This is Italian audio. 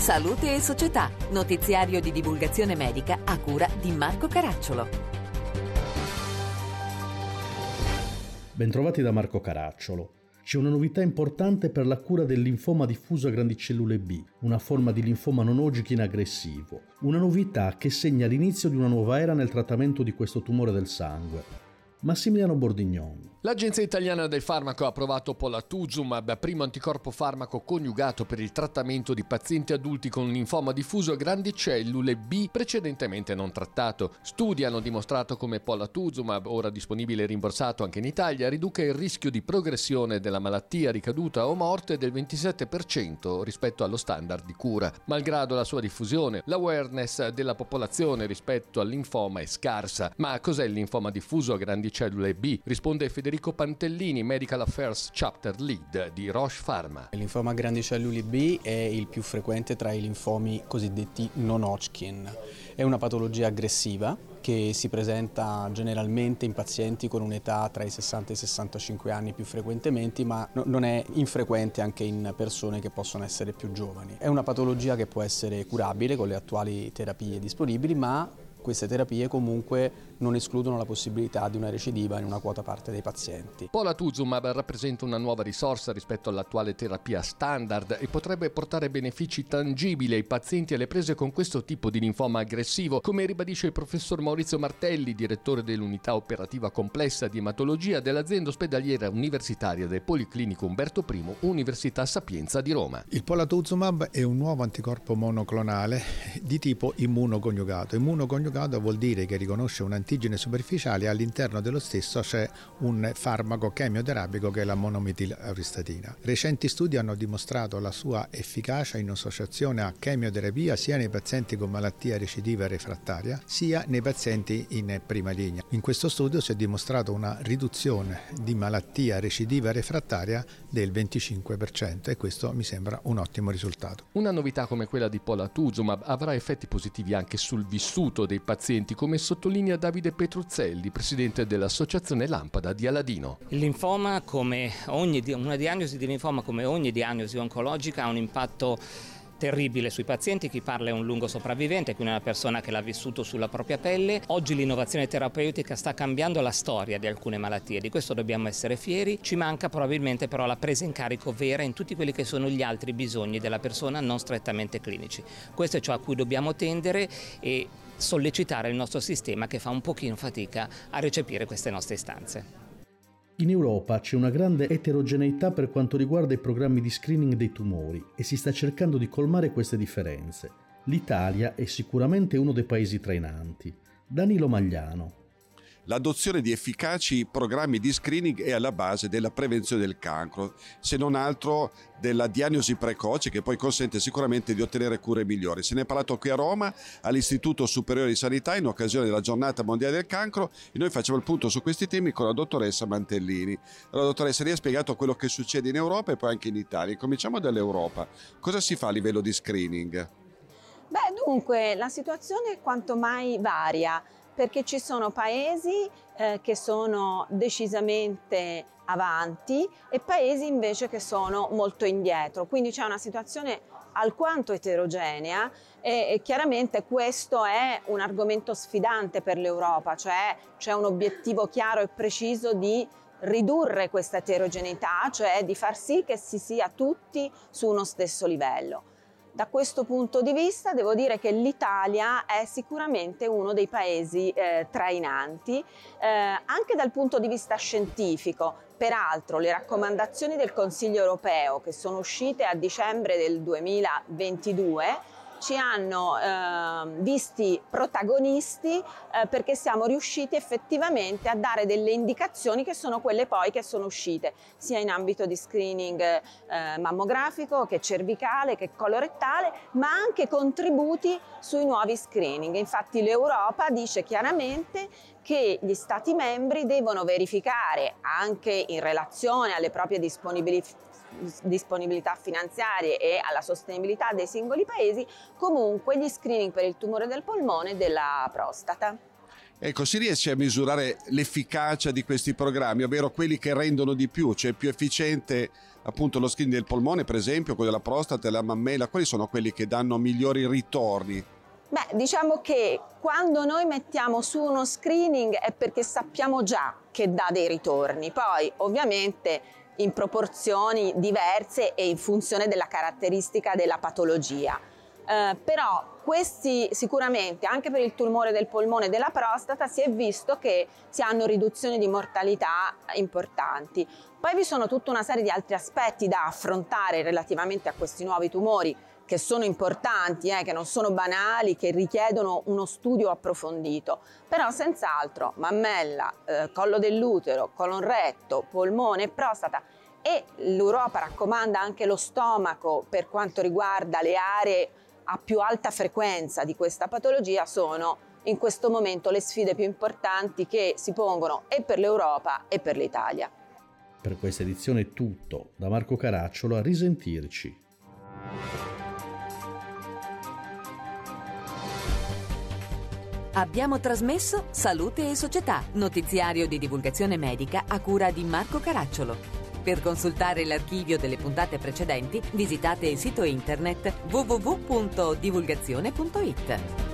Salute e Società, notiziario di divulgazione medica a cura di Marco Caracciolo. Bentrovati da Marco Caracciolo. C'è una novità importante per la cura del linfoma diffuso a grandi cellule B, una forma di linfoma non Hodgkin aggressivo. Una novità che segna l'inizio di una nuova era nel trattamento di questo tumore del sangue. Massimiliano Bordignon. L'Agenzia Italiana del Farmaco ha approvato polatuzumab, primo anticorpo farmaco coniugato per il trattamento di pazienti adulti con linfoma diffuso a grandi cellule B precedentemente non trattato. Studi hanno dimostrato come polatuzumab, ora disponibile e rimborsato anche in Italia, riduca il rischio di progressione della malattia, ricaduta o morte del 27% rispetto allo standard di cura. Malgrado la sua diffusione, l'awareness della popolazione rispetto al linfoma è scarsa. Ma cos'è il linfoma diffuso a grandi cellule B? Risponde Federico Pantellini, Medical Affairs Chapter Lead di Roche Pharma. Il linfoma a grandi cellule B è il più frequente tra i linfomi cosiddetti non Hodgkin. È una patologia aggressiva che si presenta generalmente in pazienti con un'età tra i 60 e i 65 anni più frequentemente, ma non è infrequente anche in persone che possono essere più giovani. È una patologia che può essere curabile con le attuali terapie disponibili, ma queste terapie comunque non escludono la possibilità di una recidiva in una quota parte dei pazienti. Polatuzumab rappresenta una nuova risorsa rispetto all'attuale terapia standard e potrebbe portare benefici tangibili ai pazienti e alle prese con questo tipo di linfoma aggressivo, come ribadisce il professor Maurizio Martelli, direttore dell'unità operativa complessa di ematologia dell'azienda ospedaliera universitaria del Policlinico Umberto I, Università Sapienza di Roma. Il polatuzumab è un nuovo anticorpo monoclonale di tipo immunoconiugato. Immunoconiugato vuol dire che riconosce un antigene superficiale e all'interno dello stesso c'è un farmaco chemioterapico che è la monometilaristatina. Recenti studi hanno dimostrato la sua efficacia in associazione a chemioterapia sia nei pazienti con malattia recidiva e refrattaria sia nei pazienti in prima linea. In questo studio si è dimostrato una riduzione di malattia recidiva e refrattaria del 25% e questo mi sembra un ottimo risultato. Una novità come quella di polatuzumab avrà effetti positivi anche sul vissuto dei pazienti, come sottolinea Davide Petruzzelli, presidente dell'associazione Lampada di Aladino. Il linfoma, una diagnosi di linfoma come ogni diagnosi oncologica, ha un impatto terribile sui pazienti. Chi parla è un lungo sopravvivente, quindi una persona che l'ha vissuto sulla propria pelle. Oggi l'innovazione terapeutica sta cambiando la storia di alcune malattie, di questo dobbiamo essere fieri. Ci manca probabilmente però la presa in carico vera in tutti quelli che sono gli altri bisogni della persona non strettamente clinici. Questo è ciò a cui dobbiamo tendere e sollecitare il nostro sistema che fa un pochino fatica a recepire queste nostre istanze. In Europa c'è una grande eterogeneità per quanto riguarda i programmi di screening dei tumori e si sta cercando di colmare queste differenze. L'Italia è sicuramente uno dei paesi trainanti. Danilo Magliano. L'adozione di efficaci programmi di screening è alla base della prevenzione del cancro, se non altro della diagnosi precoce, che poi consente sicuramente di ottenere cure migliori. Se ne è parlato qui a Roma all'Istituto Superiore di Sanità in occasione della Giornata Mondiale del Cancro e noi facciamo il punto su questi temi con la dottoressa Mantellini. Allora, dottoressa, lei ha spiegato quello che succede in Europa e poi anche in Italia. Cominciamo dall'Europa. Cosa si fa a livello di screening? Dunque, la situazione è quanto mai varia, perché ci sono paesi che sono decisamente avanti e paesi invece che sono molto indietro, quindi c'è una situazione alquanto eterogenea e chiaramente questo è un argomento sfidante per l'Europa, cioè c'è un obiettivo chiaro e preciso di ridurre questa eterogeneità, cioè di far sì che si sia tutti su uno stesso livello. Da questo punto di vista devo dire che l'Italia è sicuramente uno dei paesi trainanti, anche dal punto di vista scientifico. Peraltro le raccomandazioni del Consiglio europeo che sono uscite a dicembre del 2022 ci hanno visti protagonisti perché siamo riusciti effettivamente a dare delle indicazioni che sono quelle poi che sono uscite sia in ambito di screening mammografico che cervicale che colorettale, ma anche contributi sui nuovi screening. Infatti l'Europa dice chiaramente che gli Stati membri devono verificare anche in relazione alle proprie disponibilità finanziarie e alla sostenibilità dei singoli paesi, comunque gli screening per il tumore del polmone e della prostata. Ecco, si riesce a misurare l'efficacia di questi programmi, ovvero quelli che rendono di più, cioè più efficiente appunto lo screening del polmone, per esempio, quello della prostata, della mammella, quali sono quelli che danno migliori ritorni? Beh, diciamo che quando noi mettiamo su uno screening è perché sappiamo già che dà dei ritorni, poi ovviamente in proporzioni diverse e in funzione della caratteristica della patologia. Però questi sicuramente anche per il tumore del polmone e della prostata si è visto che si hanno riduzioni di mortalità importanti. Poi vi sono tutta una serie di altri aspetti da affrontare relativamente a questi nuovi tumori che sono importanti, che non sono banali, che richiedono uno studio approfondito. Però senz'altro mammella, collo dell'utero, colon retto, polmone e prostata, e l'Europa raccomanda anche lo stomaco per quanto riguarda le aree a più alta frequenza di questa patologia, sono in questo momento le sfide più importanti che si pongono e per l'Europa e per l'Italia. Per questa edizione è tutto. Da Marco Caracciolo, a risentirci. Abbiamo trasmesso Salute e Società, notiziario di divulgazione medica a cura di Marco Caracciolo. Per consultare l'archivio delle puntate precedenti, visitate il sito internet www.divulgazione.it.